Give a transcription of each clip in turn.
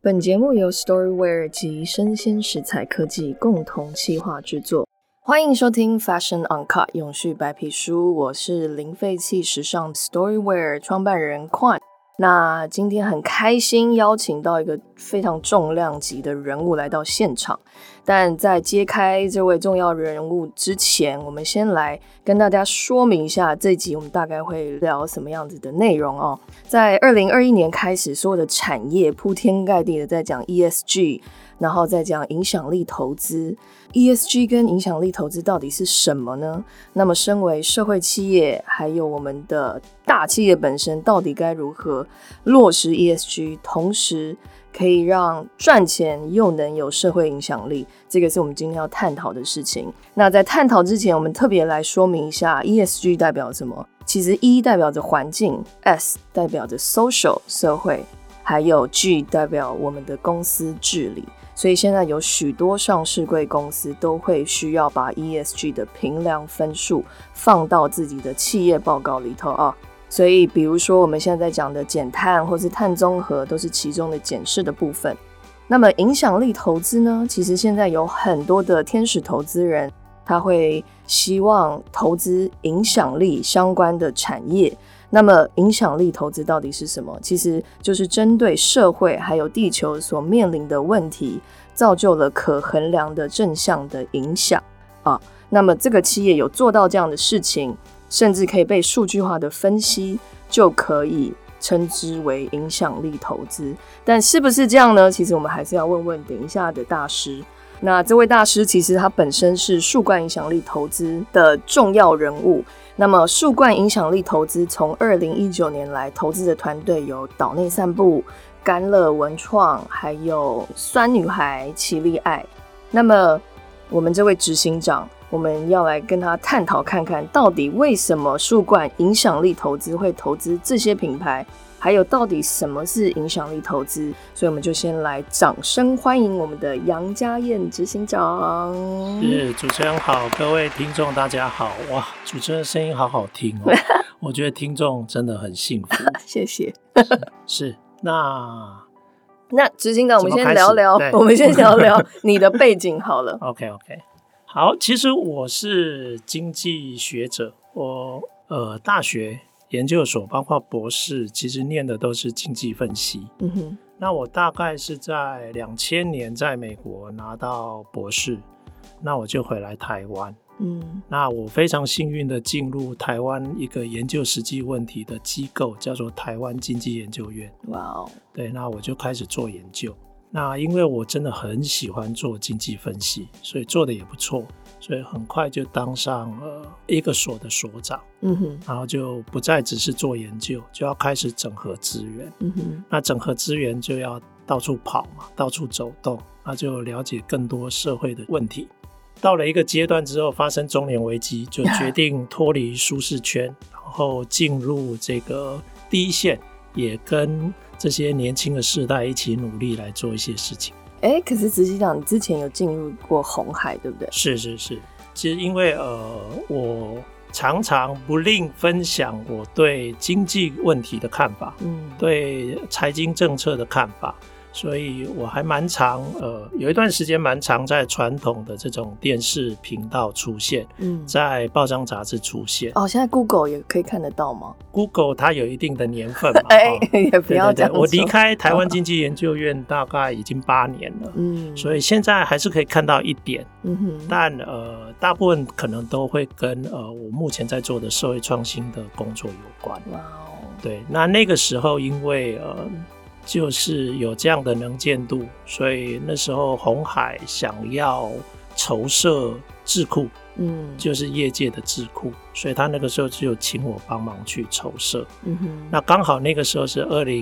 本节目由 Storyware 及生鲜食材科技共同企划制作。欢迎收听 Fashion Uncut 永续白皮书，我是零废弃时尚 Storyware 创办人 Quan。那今天很开心邀请到一个非常重量级的人物来到现场，但在揭开这位重要人物之前，我们先来跟大家说明一下这集我们大概会聊什么样子的内容哦。在2021年开始，所有的产业铺天盖地的在讲 ESG， 然后再讲影响力投资。ESG 跟影响力投资到底是什么呢？那么身为社会企业还有我们的大企业本身到底该如何落实 ESG， 同时可以让赚钱又能有社会影响力，这个是我们今天要探讨的事情。那在探讨之前，我们特别来说明一下 ESG 代表什么。其实 E 代表着环境， S 代表着 social 社会，还有 G 代表我们的公司治理。所以现在有许多上市柜公司都会需要把 ESG 的评量分数放到自己的企业报告里头啊。所以比如说我们现在在讲的减碳或是碳综合都是其中的检视的部分。那么影响力投资呢，其实现在有很多的天使投资人，他会希望投资影响力相关的产业。那么影响力投资到底是什么？其实就是针对社会还有地球所面临的问题，造就了可衡量的正向的影响啊。那么这个企业有做到这样的事情，甚至可以被数据化的分析，就可以称之为影响力投资。但是不是这样呢？其实我们还是要问问等一下的大师。那这位大师其实他本身是树冠影响力投资的重要人物。那么树冠影响力投资从2019年来投资的团队有岛内散步、甘乐文创，还有酸女孩、奇丽爱。那么我们这位执行长，我们要来跟他探讨看看，到底为什么树冠影响力投资会投资这些品牌，还有到底什么是影响力投资。所以我们就先来掌声欢迎我们的杨家燕执行长。 是，主持人好，各位听众大家好。哇，主持人声音好好听哦我觉得听众真的很幸福谢谢是那执行长，我们先聊聊你的背景好了 OK 好，其实我是经济学者，我大学研究所包括博士其实念的都是经济分析。那我大概是在2000年在美国拿到博士，那我就回来台湾。那我非常幸运的进入台湾一个研究实际问题的机构，叫做台湾经济研究院。对，那我就开始做研究。那因为我真的很喜欢做经济分析，所以做的也不错，所以很快就当上一个所的所长。然后就不再只是做研究，就要开始整合资源。那整合资源就要到处跑嘛，到处走动，那就了解更多社会的问题。到了一个阶段之后，发生中年危机，就决定脱离舒适圈然后进入这个第一线，也跟这些年轻的世代一起努力来做一些事情。 可是执行长，你之前有进入过鸿海对不对？ 是，其实因为我常常不吝分享我对经济问题的看法，对财经政策的看法，所以我还蛮常有一段时间蛮常在传统的这种电视频道出现，在报章杂志出现。现在 Google 也可以看得到吗？ Google 它有一定的年份嘛也不要这样说。 我离开台湾经济研究院大概已经8年了，所以现在还是可以看到一点，但大部分可能都会跟我目前在做的社会创新的工作有关。对，那个时候因为就是有这样的能见度，所以那时候鸿海想要筹设智库，就是业界的智库，所以他那个时候就请我帮忙去筹设。那刚好那个时候是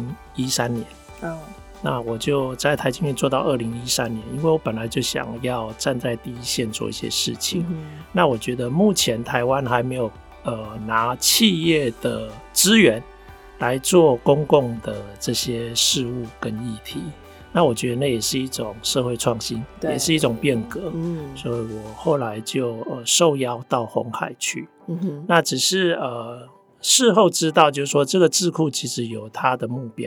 2013年，那我就在台经院做到2013年，因为我本来就想要站在第一线做一些事情。那我觉得目前台湾还没有拿企业的资源来做公共的这些事务跟议题，那我觉得那也是一种社会创新，也是一种变革。所以我后来就受邀到鸿海去。那只是事后知道，就是说这个智库其实有它的目标，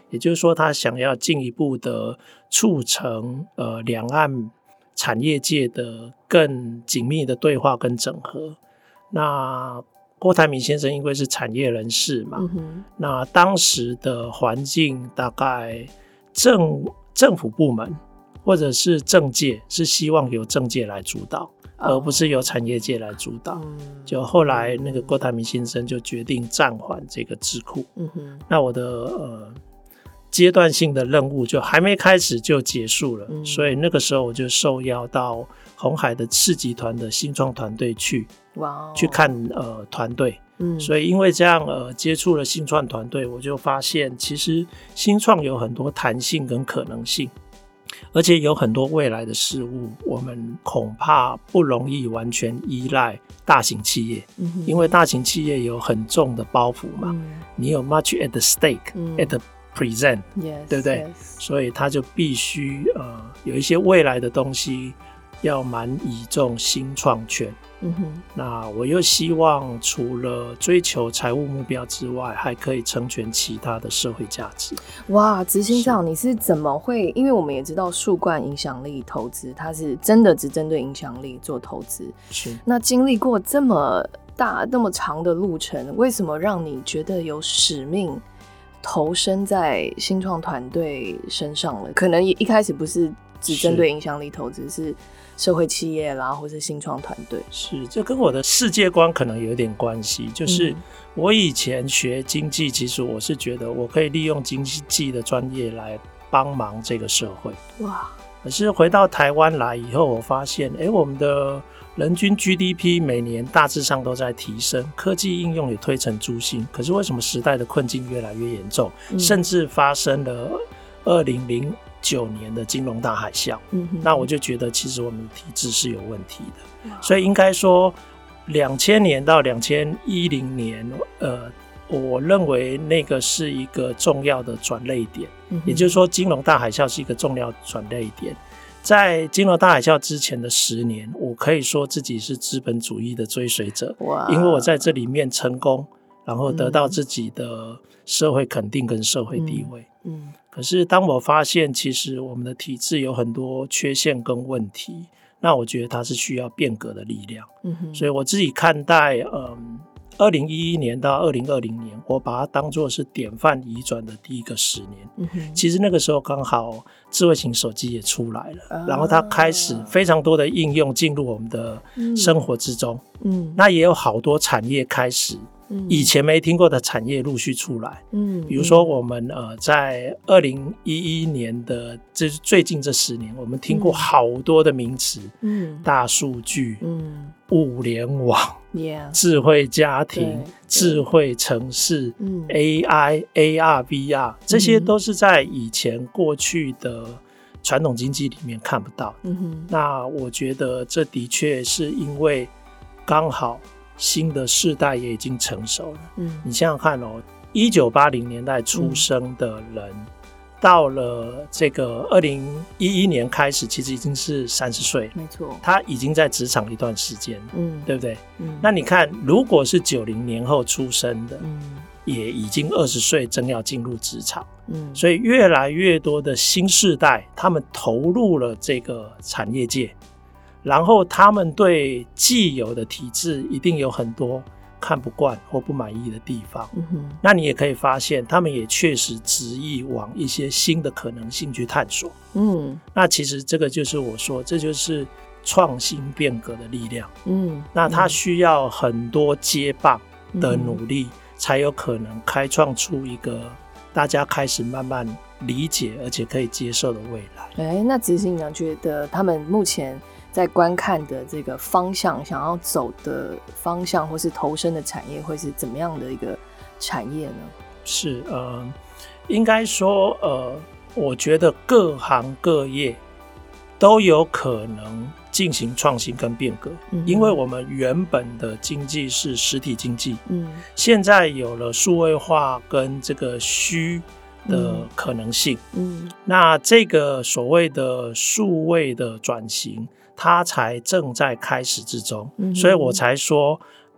也就是说他想要进一步的促成两岸产业界的更紧密的对话跟整合。那郭台铭先生因为是产业人士嘛，那当时的环境大概政府部门或者是政界是希望由政界来主导，而不是由产业界来主导。就后来那个郭台铭先生就决定暂缓这个智库。那我的阶段性的任务就还没开始就结束了，所以那个时候我就受邀到鸿海的次集团的新创团队去看团队。所以因为这样接触了新创团队，我就发现其实新创有很多弹性跟可能性，而且有很多未来的事物我们恐怕不容易完全依赖大型企业，因为大型企业有很重的包袱嘛，你有 much at the stake、at the present， 对不对？所以他就必须有一些未来的东西要蛮倚重新创圈。那我又希望除了追求财务目标之外，还可以成全其他的社会价值。 哇，执行长你是怎么会，因为我们也知道树冠影响力投资它是真的只针对影响力做投资，是那经历过这么大这么长的路程，为什么让你觉得有使命投身在新创团队身上了？可能一开始不是只针对影响力投资，是社会企业啦，或是新创团队。 是，这跟我的世界观可能有点关系。就是我以前学经济，其实我是觉得我可以利用经济的专业来帮忙这个社会。哇！可是回到台湾来以后，我发现，我们的人均 GDP 每年大致上都在提升，科技应用也推陈出新。可是为什么时代的困境越来越严重，甚至发生了2009年的金融大海啸？那我就觉得其实我们的体制是有问题的。所以应该说2000年到2010年我认为那个是一个重要的转捩点，也就是说金融大海啸是一个重要转捩点。在金融大海啸之前的10年，我可以说自己是资本主义的追随者，因为我在这里面成功，然后得到自己的社会肯定跟社会地位。可是当我发现其实我们的体制有很多缺陷跟问题，那我觉得它是需要变革的力量。所以我自己看待2011年到2020年，我把它当作是典范移转的第一个10年。其实那个时候刚好智慧型手机也出来了，然后它开始非常多的应用进入我们的生活之中。那也有好多产业开始以前没听过的产业陆续出来。比如说我们在2011年的最近这10年，我们听过好多的名词，大数据，物联网，智慧家庭，智慧城市，AI AR VR， 这些都是在以前过去的传统经济里面看不到的。那我觉得这的确是因为刚好新的世代也已经成熟了。你想想看1980年代出生的人，到了这个2011年开始，其实已经是30岁，没错，他已经在职场一段时间，对不对？那你看，如果是90年后出生的，也已经20岁，正要进入职场。所以越来越多的新世代，他们投入了这个产业界，然后他们对既有的体制一定有很多看不惯或不满意的地方。那你也可以发现他们也确实执意往一些新的可能性去探索。那其实这个就是我说，这就是创新变革的力量。那它需要很多接棒的努力，才有可能开创出一个大家开始慢慢理解而且可以接受的未来。 那执行长觉得他们目前在观看的这个方向，想要走的方向或是投身的产业会是怎么样的一个产业呢？ 是应该说我觉得各行各业都有可能进行创新跟变革。因为我们原本的经济是实体经济，现在有了数位化跟这个虚的可能性。那这个所谓的数位的转型，它才正在开始之中。所以我才说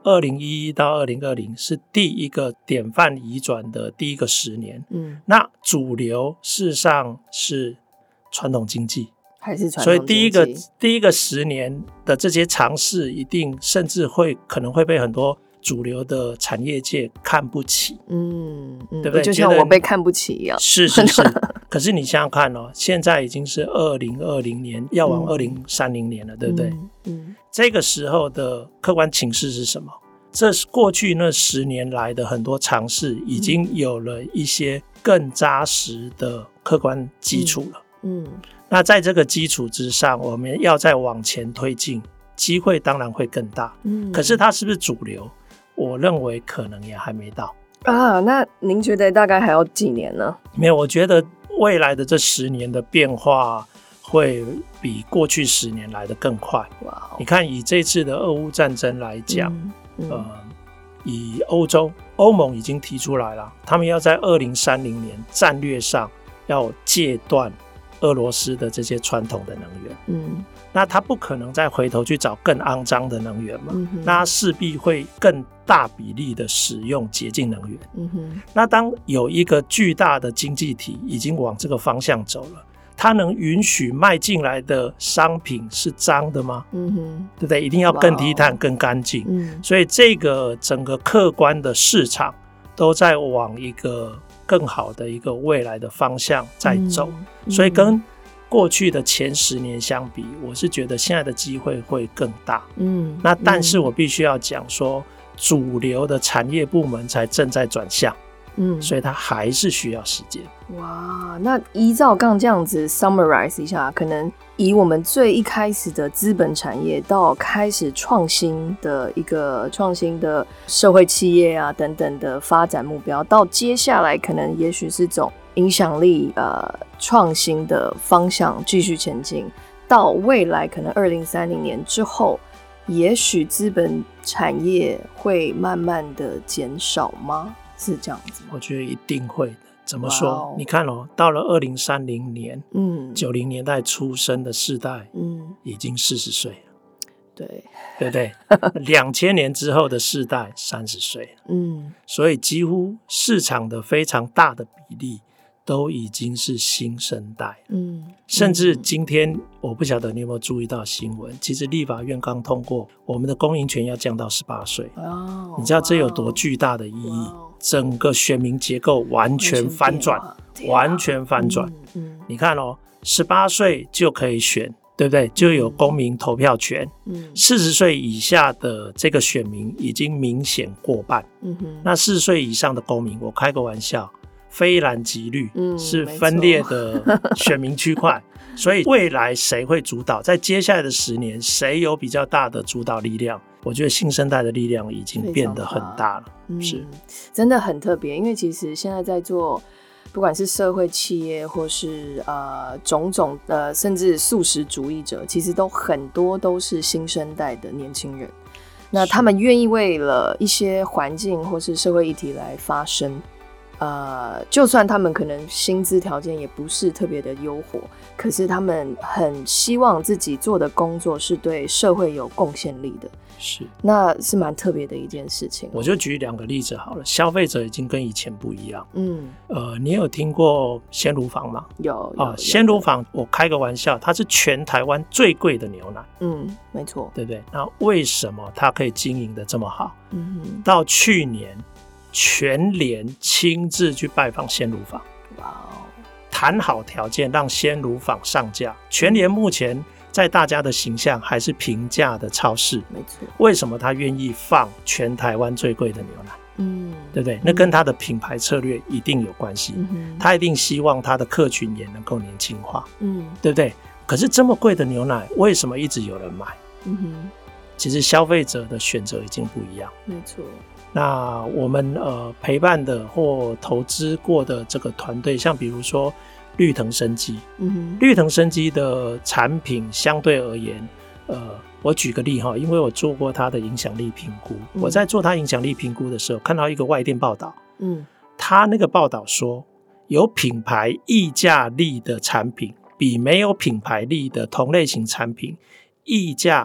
2011到2020是第一个典范移转的第一个10年。那主流事实上是传统经济， 还是传统经济， 所以第一个10年的这些尝试一定甚至可能会被很多主流的产业界看不起，对不对？ 就像我被看不起一样。 是可是你想想看哦，现在已经是2020年，要往2030年了，对不对？这个时候的客观情势是什么？这是过去那10年来的很多尝试已经有了一些更扎实的客观基础了。那在这个基础之上，我们要再往前推进，机会当然会更大。可是它是不是主流？我认为可能也还没到啊。那您觉得大概还要几年呢？ 没有，我觉得未来的这10年的变化会比过去10年来的更快。你看，以这次的俄乌战争来讲，以欧盟已经提出来了，他们要在2030年战略上要戒断俄罗斯的这些传统的能源。那他不可能再回头去找更肮脏的能源嘛，那他势必会更大比例的使用洁净能源。那当有一个巨大的经济体已经往这个方向走了，它能允许卖进来的商品是脏的吗？对不对？一定要更低碳、更干净。所以这个整个客观的市场都在往一个更好的一个未来的方向在走。所以跟过去的前10年相比，我是觉得现在的机会会更大。那但是我必须要讲说，主流的产业部门才正在转向。所以它还是需要时间。 哇，那依照刚这样子 summarize 一下，可能以我们最一开始的资本产业到开始创新的社会企业啊等等的发展目标，到接下来可能也许是种影响力创新的方向继续前进，到未来可能2030年之后，也许资本产业会慢慢的减少吗？是这样子吗？ 我觉得一定会的。怎么说？你看哦，到了2030年，90年代出生的世代，已经40岁了。对不对？2000年之后的世代30岁了。所以几乎市场的非常大的比例都已经是新生代了。甚至今天我不晓得你有没有注意到新闻，其实立法院刚通过我们的公民权要降到18岁。你知道这有多巨大的意义？整个选民结构完全翻转，完全翻转。你看哦，18岁就可以选，对不对？就有公民投票权。40岁以下的这个选民已经明显过半。那40岁以上的公民，我开个玩笑，非蓝即绿，是分裂的选民区块。所以未来谁会主导？在接下来的10年，谁有比较大的主导力量？我觉得新生代的力量已经变得很大了。是真的很特别，因为其实现在在做不管是社会企业或是种种甚至素食主义者，其实都很多都是新生代的年轻人。那他们愿意为了一些环境或是社会议题来发声。就算他们可能薪资条件也不是特别的优渥，可是他们很希望自己做的工作是对社会有贡献力的。 是， 那是蛮特别的一件事情。 我就举2个例子好了。消费者已经跟以前不一样。你有听过鲜乳坊吗？ 有。 鲜乳坊我开个玩笑，它是全台湾最贵的牛奶。 没错， 对不对？那为什么它可以经营得这么好？到去年全联亲自去拜访鲜乳坊，谈好条件让鲜乳坊上架。全联目前在大家的形象还是平价的超市， 没错。 为什么他愿意放全台湾最贵的牛奶？对不对？那跟他的品牌策略一定有关系。他一定希望他的客群也能够年轻化，对不对？可是这么贵的牛奶，为什么一直有人买？其实消费者的选择已经不一样。 没错。 那我们陪伴的或投资过的这个团队，像比如说绿藤生机，绿藤生机的产品相对而言，我举个例哈，因为我做过它的影响力评估。我在做它影响力评估的时候，看到一个外电报道，他那个报道说，有品牌溢价力的产品比没有品牌力的同类型产品溢价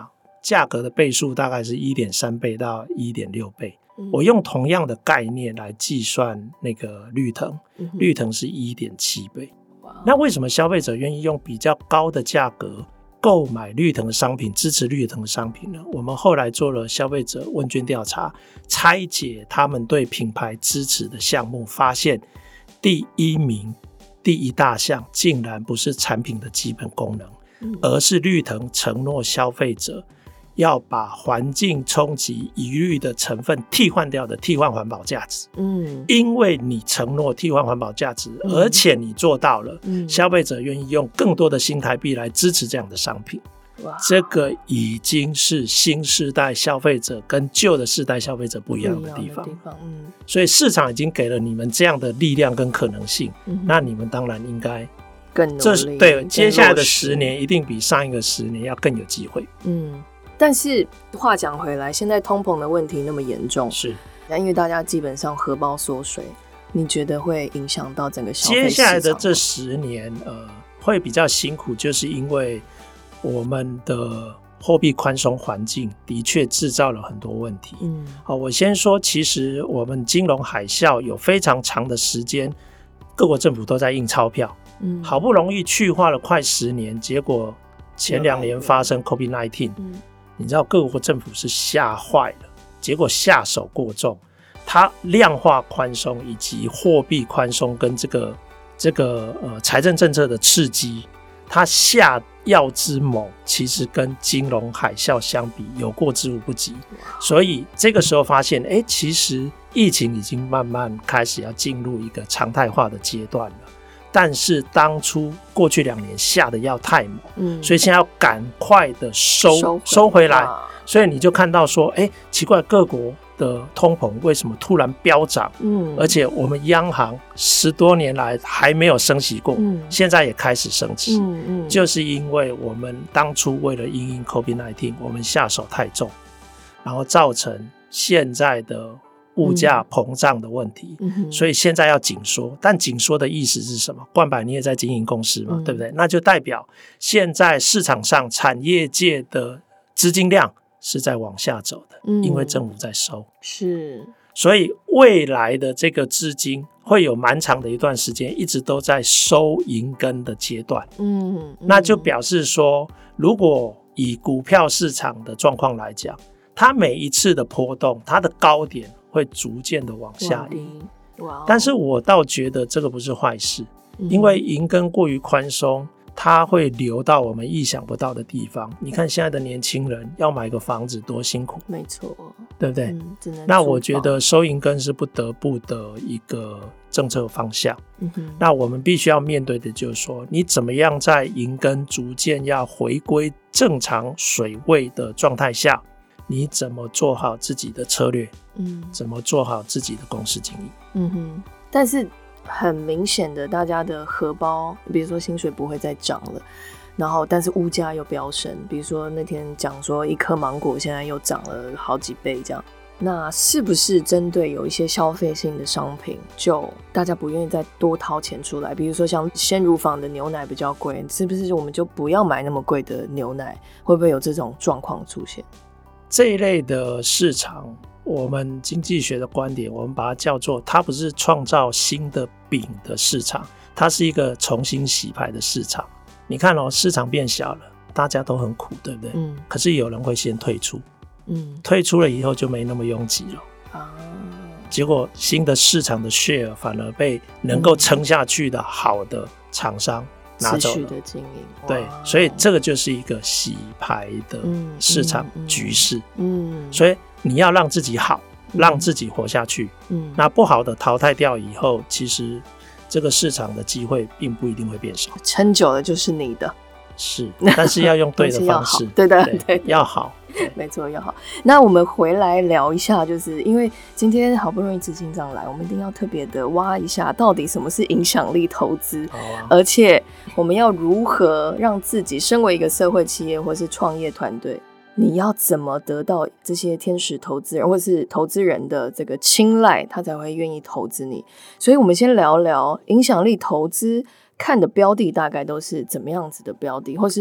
价格的倍数大概是 1.3 倍到 1.6 倍。我用同样的概念来计算那个绿藤，绿藤是 1.7 倍。那为什么消费者愿意用比较高的价格购买绿藤的商品，支持绿藤的商品呢？我们后来做了消费者问卷调查，拆解他们对品牌支持的项目，发现第一大项竟然不是产品的基本功能，而是绿藤承诺消费者要把环境冲击疑虑的成分替换掉的替换环保价值。因为你承诺替换环保价值，而且你做到了，消费者愿意用更多的新台币来支持这样的商品。这个已经是新世代消费者跟旧的世代消费者不一样的地方。所以市场已经给了你们这样的力量跟可能性，那你们当然应该更努力。 对，接下来的10年一定比上一个10年要更有机会。 但是话讲回来，现在通膨的问题那么严重， 是因为大家基本上荷包缩水，你觉得会影响到整个消费市场吗？ 接下来的这10年会比较辛苦，就是因为我们的货币宽松环境的确制造了很多问题。我先说，其实我们金融海啸有非常长的时间，各国政府都在印钞票，好不容易去化了快10年，结果前2年发生 COVID-19，你知道各国政府是吓坏了，结果下手过重，它量化宽松以及货币宽松跟这个财政政策的刺激，它下药之猛其实跟金融海啸相比有过之无不及。所以这个时候发现其实疫情已经慢慢开始要进入一个常态化的阶段了，但是当初过去2年下的药太猛，所以现在要赶快的收回来。所以你就看到说奇怪，各国的通膨为什么突然飙涨？而且我们央行10多年来还没有升息过，现在也开始升息，就是因为我们当初为了因应 COVID-19 我们下手太重，然后造成现在的物价膨胀的问题，所以现在要紧缩。但紧缩的意思是什么？冠百你也在经营公司嘛，对不对？那就代表现在市场上产业界的资金量是在往下走的，因为政府在收。 是， 所以未来的这个资金会有蛮长的一段时间一直都在收银根的阶段。那就表示说，如果以股票市场的状况来讲，它每一次的波动，它的高点会逐渐的往下移。但是我倒觉得这个不是坏事，因为银根过于宽松，它会流到我们意想不到的地方。你看现在的年轻人要买个房子多辛苦， 没错， 对不对？那我觉得收银根是不得不的一个政策方向。那我们必须要面对的就是说，你怎么样在银根逐渐要回归正常水位的状态下，你怎么做好自己的策略，怎么做好自己的公司经营。 但是很明显的，大家的荷包，比如说薪水不会再涨了，然后但是物价又飙升，比如说那天讲说一颗芒果现在又涨了好几倍这样，那是不是针对有一些消费性的商品，就大家不愿意再多掏钱出来？比如说像鲜乳坊的牛奶比较贵，是不是我们就不要买那么贵的牛奶？会不会有这种状况出现？ 这一类的市场，我们经济学的观点，我们把它叫做，它不是创造新的饼的市场，它是一个重新洗牌的市场。你看市场变小了，大家都很苦，对不对？可是有人会先退出，退出了以后就没那么拥挤了。结果新的市场的 share 反而被能够撑下去的好的厂商拿走了， 持续的经营。 对，所以这个就是一个洗牌的市场局势。所以你要让自己好，让自己活下去。那不好的淘汰掉以后，其实这个市场的机会并不一定会变少。 撑久了就是你的。 是，但是要用对的方式。 对的，对， 要好。 没错，要好。那我们回来聊一下，就是因为今天好不容易执行长来，我们一定要特别的挖一下，到底什么是影响力投资，而且我们要如何让自己身为一个社会企业或是创业团队，你要怎么得到这些天使投资人或是投资人的这个青睐，他才会愿意投资你。所以我们先聊聊影响力投资看的标的大概都是怎么样子的标的，或是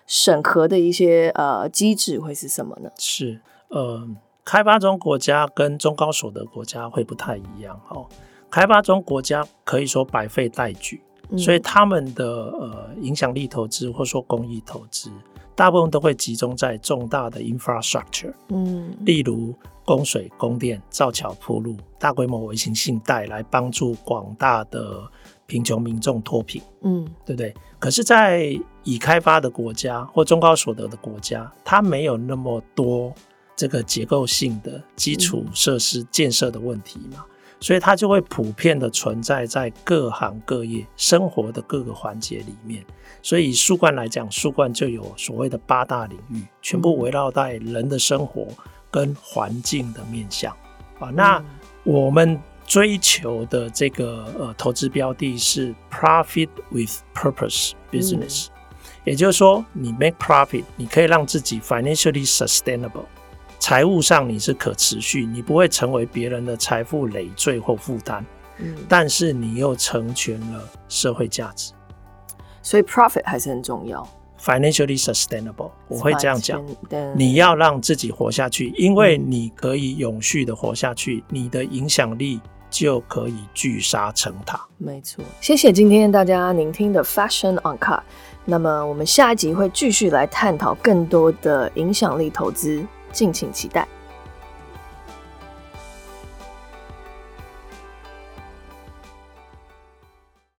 审核的一些机制会是什么呢？ 是开发中国家跟中高所得国家会不太一样开发中国家可以说百废待举，所以他们的影响力投资或说公益投资大部分都会集中在重大的 infrastructure，例如供水、供电、造桥铺路、大规模微型信贷来帮助广大的贫穷民众脱贫，对不对？可是在已开发的国家或中高所得的国家，它没有那么多这个结构性的基础设施建设的问题嘛，所以它就会普遍的存在在各行各业生活的各个环节里面。所以以树冠来讲，树冠就有所谓的8大领域，全部围绕在人的生活跟环境的面向那我们追求的这个投资标的是 profit with purpose business，也就是说你 make profit， 你可以让自己 financially sustainable， 财务上你是可持续，你不会成为别人的财富累赘或负担，但是你又成全了社会价值， 所以 profit 还是很重要， financially sustainable， 我会这样讲，你要让自己活下去，因为你可以永续的活下去，你的影响力就可以聚沙成塔。 没错，谢谢今天大家聆听的 Fashion on Cut。那么我们下一集会继续来探讨更多的影响力投资，敬请期待。